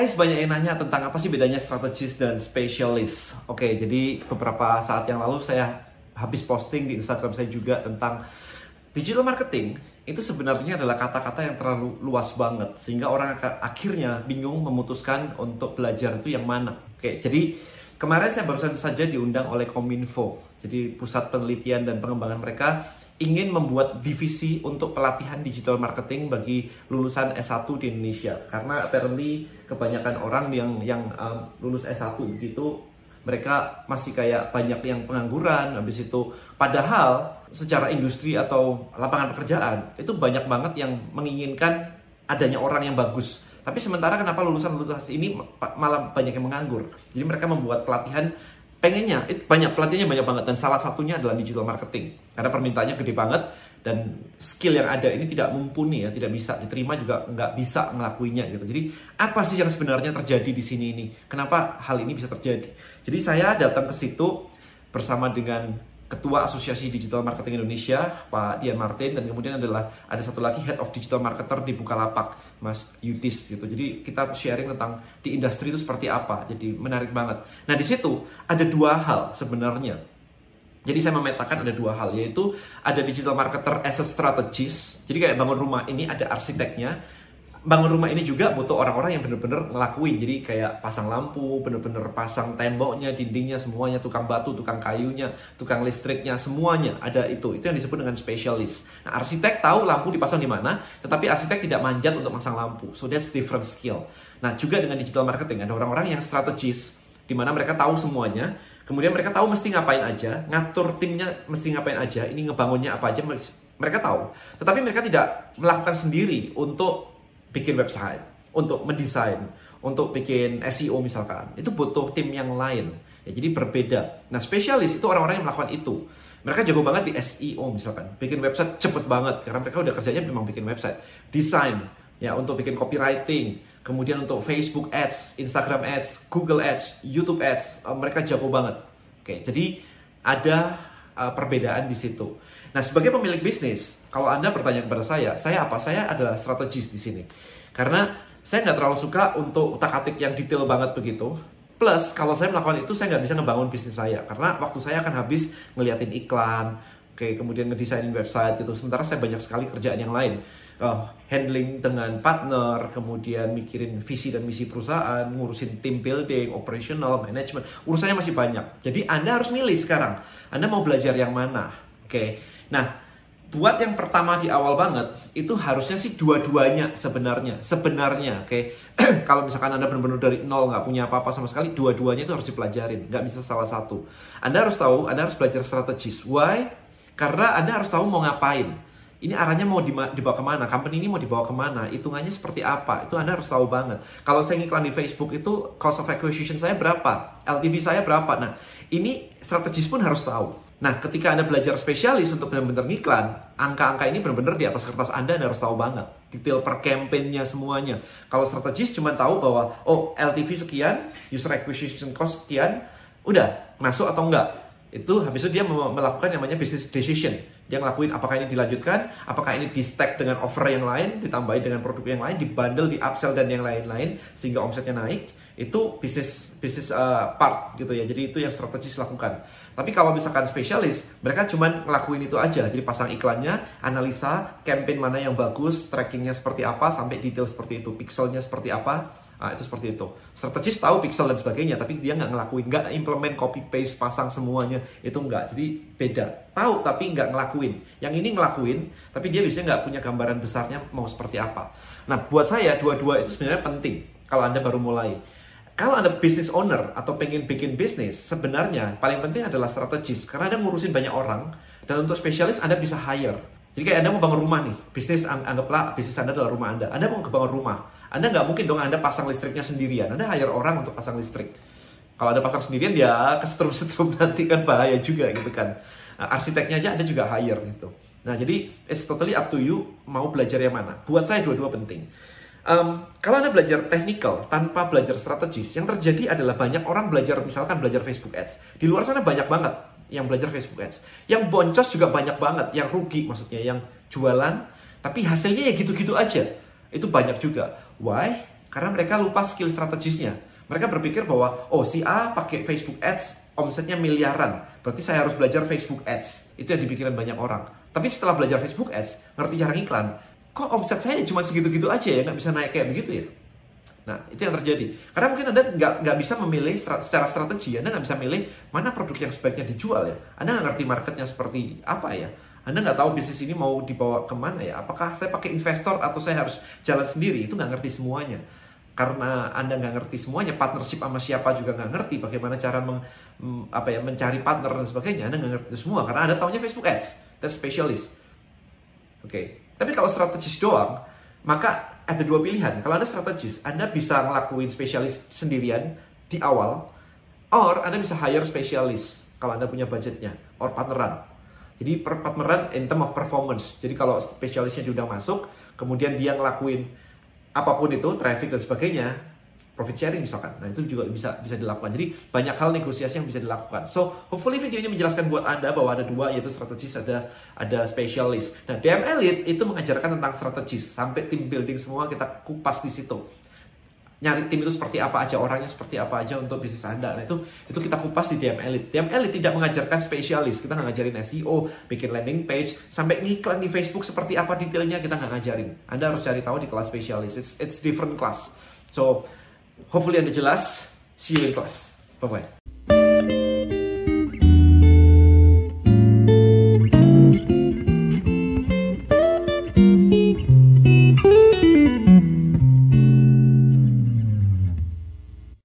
guys, banyak yang nanya tentang apa sih bedanya strategis dan specialist. Oke, jadi beberapa saat yang lalu saya habis posting di Instagram saya juga tentang digital marketing. Itu sebenarnya adalah kata-kata yang terlalu luas banget, sehingga orang akhirnya bingung memutuskan untuk belajar itu yang mana. Oke, jadi kemarin saya barusan saja diundang oleh Kominfo. Jadi pusat penelitian dan pengembangan mereka ingin membuat divisi untuk pelatihan digital marketing bagi lulusan S1 di Indonesia. Karena apparently kebanyakan orang yang lulus S1 begitu, mereka masih kayak banyak yang pengangguran, habis itu padahal secara industri atau lapangan pekerjaan itu banyak banget yang menginginkan adanya orang yang bagus. Tapi sementara kenapa lulusan-lulusan ini malah banyak yang menganggur? Jadi mereka membuat pelatihan, pengennya itu pelatihannya banyak banget, dan salah satunya adalah digital marketing karena permintaannya gede banget dan skill yang ada ini tidak mumpuni ya, tidak bisa diterima, juga nggak bisa ngelakuinya gitu. Jadi apa sih yang sebenarnya terjadi di sini ini? Kenapa hal ini bisa terjadi? Jadi saya datang ke situ bersama dengan Ketua Asosiasi Digital Marketing Indonesia, Pak Dian Martin, dan kemudian ada satu lagi Head of Digital Marketer di Bukalapak, Mas Yudis gitu. Jadi kita sharing tentang di industri itu seperti apa. Jadi menarik banget. Nah, di situ ada dua hal sebenarnya. Jadi saya memetakan ada dua hal, yaitu ada digital marketer as a strategist. Jadi kayak bangun rumah ini ada arsiteknya. Bangun rumah ini juga butuh orang-orang yang benar-benar ngelakuin. Jadi kayak pasang lampu, benar-benar pasang temboknya, dindingnya, semuanya, tukang batu, tukang kayunya, tukang listriknya, semuanya ada itu. Itu yang disebut dengan specialist. Nah, arsitek tahu lampu dipasang di mana, tetapi arsitek tidak manjat untuk pasang lampu. So that's different skill. Nah, juga dengan digital marketing ada orang-orang yang strategis, di mana mereka tahu semuanya. Kemudian mereka tahu mesti ngapain aja, ngatur timnya mesti ngapain aja, ini ngebangunnya apa aja, mereka tahu. Tetapi mereka tidak melakukan sendiri untuk bikin website, untuk mendesain, untuk bikin SEO misalkan. Itu butuh tim yang lain. Ya, jadi berbeda. Nah, spesialis itu orang-orang yang melakukan itu. Mereka jago banget di SEO misalkan. Bikin website cepet banget, karena mereka udah kerjanya memang bikin website. Desain, ya untuk bikin copywriting. Kemudian untuk Facebook Ads, Instagram Ads, Google Ads, YouTube Ads. Mereka jago banget. Oke, jadi ada perbedaan di situ. Nah, sebagai pemilik bisnis, kalau Anda bertanya kepada saya apa? Saya adalah strategis di sini. Karena saya nggak terlalu suka untuk utak-atik yang detail banget begitu. Plus, kalau saya melakukan itu, saya nggak bisa ngebangun bisnis saya. Karena waktu saya akan habis ngeliatin iklan, kemudian ngedesainin website gitu. Sementara saya banyak sekali kerjaan yang lain. Handling dengan partner, kemudian mikirin visi dan misi perusahaan, ngurusin team building, operational, management. Urusannya masih banyak. Jadi Anda harus milih sekarang. Anda mau belajar yang mana? Oke. Nah, buat yang pertama di awal banget, itu harusnya sih dua-duanya sebenarnya, oke. Kalau misalkan Anda benar-benar dari nol, nggak punya apa-apa sama sekali, dua-duanya itu harus dipelajarin, nggak bisa salah satu. Anda harus tahu, Anda harus belajar strategis. Why? Karena Anda harus tahu mau ngapain. Ini arahnya mau dibawa kemana, company ini mau dibawa kemana, hitungannya seperti apa, itu Anda harus tahu banget. Kalau saya ngiklan di Facebook itu, cost of acquisition saya berapa, LTV saya berapa. Nah, ini strategis pun harus tahu. Nah, ketika Anda belajar spesialis untuk benar-benar ngiklan, angka-angka ini benar-benar di atas kertas Anda harus tahu banget. Detail per campaign-nya semuanya. Kalau strategis cuma tahu bahwa, LTV sekian, user acquisition cost sekian, udah, masuk atau enggak. Itu habis itu dia melakukan yang namanya business decision. Dia ngelakuin apakah ini dilanjutkan, apakah ini di-stack dengan offer yang lain, ditambahin dengan produk yang lain, di-bundle, di-upsell, dan yang lain-lain, sehingga omsetnya naik. Itu bisnis part gitu ya. Jadi itu yang strategis lakukan. Tapi kalau misalkan spesialis, mereka cuma ngelakuin itu aja. Jadi pasang iklannya, analisa, campaign mana yang bagus, trackingnya seperti apa, sampai detail seperti itu, pixelnya seperti apa. Nah, itu seperti itu. Strategis tahu pixel dan sebagainya, tapi dia nggak ngelakuin, nggak implement copy paste, pasang semuanya, itu nggak. Jadi beda. Tahu tapi nggak ngelakuin. Yang ini ngelakuin, tapi dia biasanya nggak punya gambaran besarnya mau seperti apa. Nah, buat saya dua-dua itu sebenarnya penting kalau Anda baru mulai. Kalau Anda business owner atau pengen bikin bisnis, sebenarnya paling penting adalah strategis. Karena Anda ngurusin banyak orang, dan untuk spesialis Anda bisa hire. Jadi kayak Anda mau bangun rumah nih, bisnis, anggaplah bisnis Anda adalah rumah Anda. Anda mau bangun rumah, Anda nggak mungkin dong Anda pasang listriknya sendirian. Anda hire orang untuk pasang listrik. Kalau Anda pasang sendirian, ya kesetrum-setrum nanti kan bahaya juga gitu kan. Nah, arsiteknya aja Anda juga hire gitu. Nah, jadi it's totally up to you mau belajar yang mana. Buat saya dua-dua penting. Kalau Anda belajar technical tanpa belajar strategis, yang terjadi adalah banyak orang belajar, misalkan belajar Facebook Ads. Di luar sana banyak banget yang belajar Facebook Ads. Yang boncos juga banyak banget, yang rugi maksudnya, yang jualan, tapi hasilnya ya gitu-gitu aja. Itu banyak juga. Why? Karena mereka lupa skill strategisnya. Mereka berpikir bahwa, oh si A pakai Facebook Ads, omsetnya miliaran. Berarti saya harus belajar Facebook Ads. Itu yang dipikirin banyak orang. Tapi setelah belajar Facebook Ads, ngerti cara iklan, kok omset saya cuma segitu-gitu aja ya, nggak bisa naik kayak begitu ya? Nah, itu yang terjadi. Karena mungkin Anda nggak bisa memilih secara strategi. Anda nggak bisa milih mana produk yang sebaiknya dijual ya. Anda nggak ngerti marketnya seperti apa ya. Anda nggak tahu bisnis ini mau dibawa kemana ya. Apakah saya pakai investor atau saya harus jalan sendiri? Itu nggak ngerti semuanya. Karena Anda nggak ngerti semuanya, partnership sama siapa juga nggak ngerti, bagaimana cara mencari partner dan sebagainya, Anda nggak ngerti itu semua, karena Anda taunya Facebook Ads, that's specialist. Oke. Tapi kalau strategis doang, maka ada dua pilihan. Kalau Anda strategis, Anda bisa ngelakuin spesialis sendirian di awal, or Anda bisa hire spesialis kalau Anda punya budgetnya, or partneran. Jadi partneran in term of performance. Jadi kalau spesialisnya sudah masuk, kemudian dia ngelakuin apapun itu, traffic dan sebagainya, profit sharing misalkan. Nah, itu juga bisa dilakukan. Jadi banyak hal negosiasi yang bisa dilakukan. So, hopefully video ini menjelaskan buat Anda bahwa ada dua, yaitu strategis, ada specialist. Nah, DM Elite itu mengajarkan tentang strategis, sampai team building semua kita kupas di situ. Nyari tim itu seperti apa aja, orangnya seperti apa aja untuk bisnis Anda. Nah, itu kita kupas di DM Elite. DM Elite tidak mengajarkan spesialis. Kita nggak ngajarin SEO, bikin landing page, sampai ngiklan di Facebook seperti apa detailnya kita nggak ngajarin. Anda harus cari tahu di kelas spesialis. It's different class. So, hopefully Anda jelas. See you in class. Bye-bye.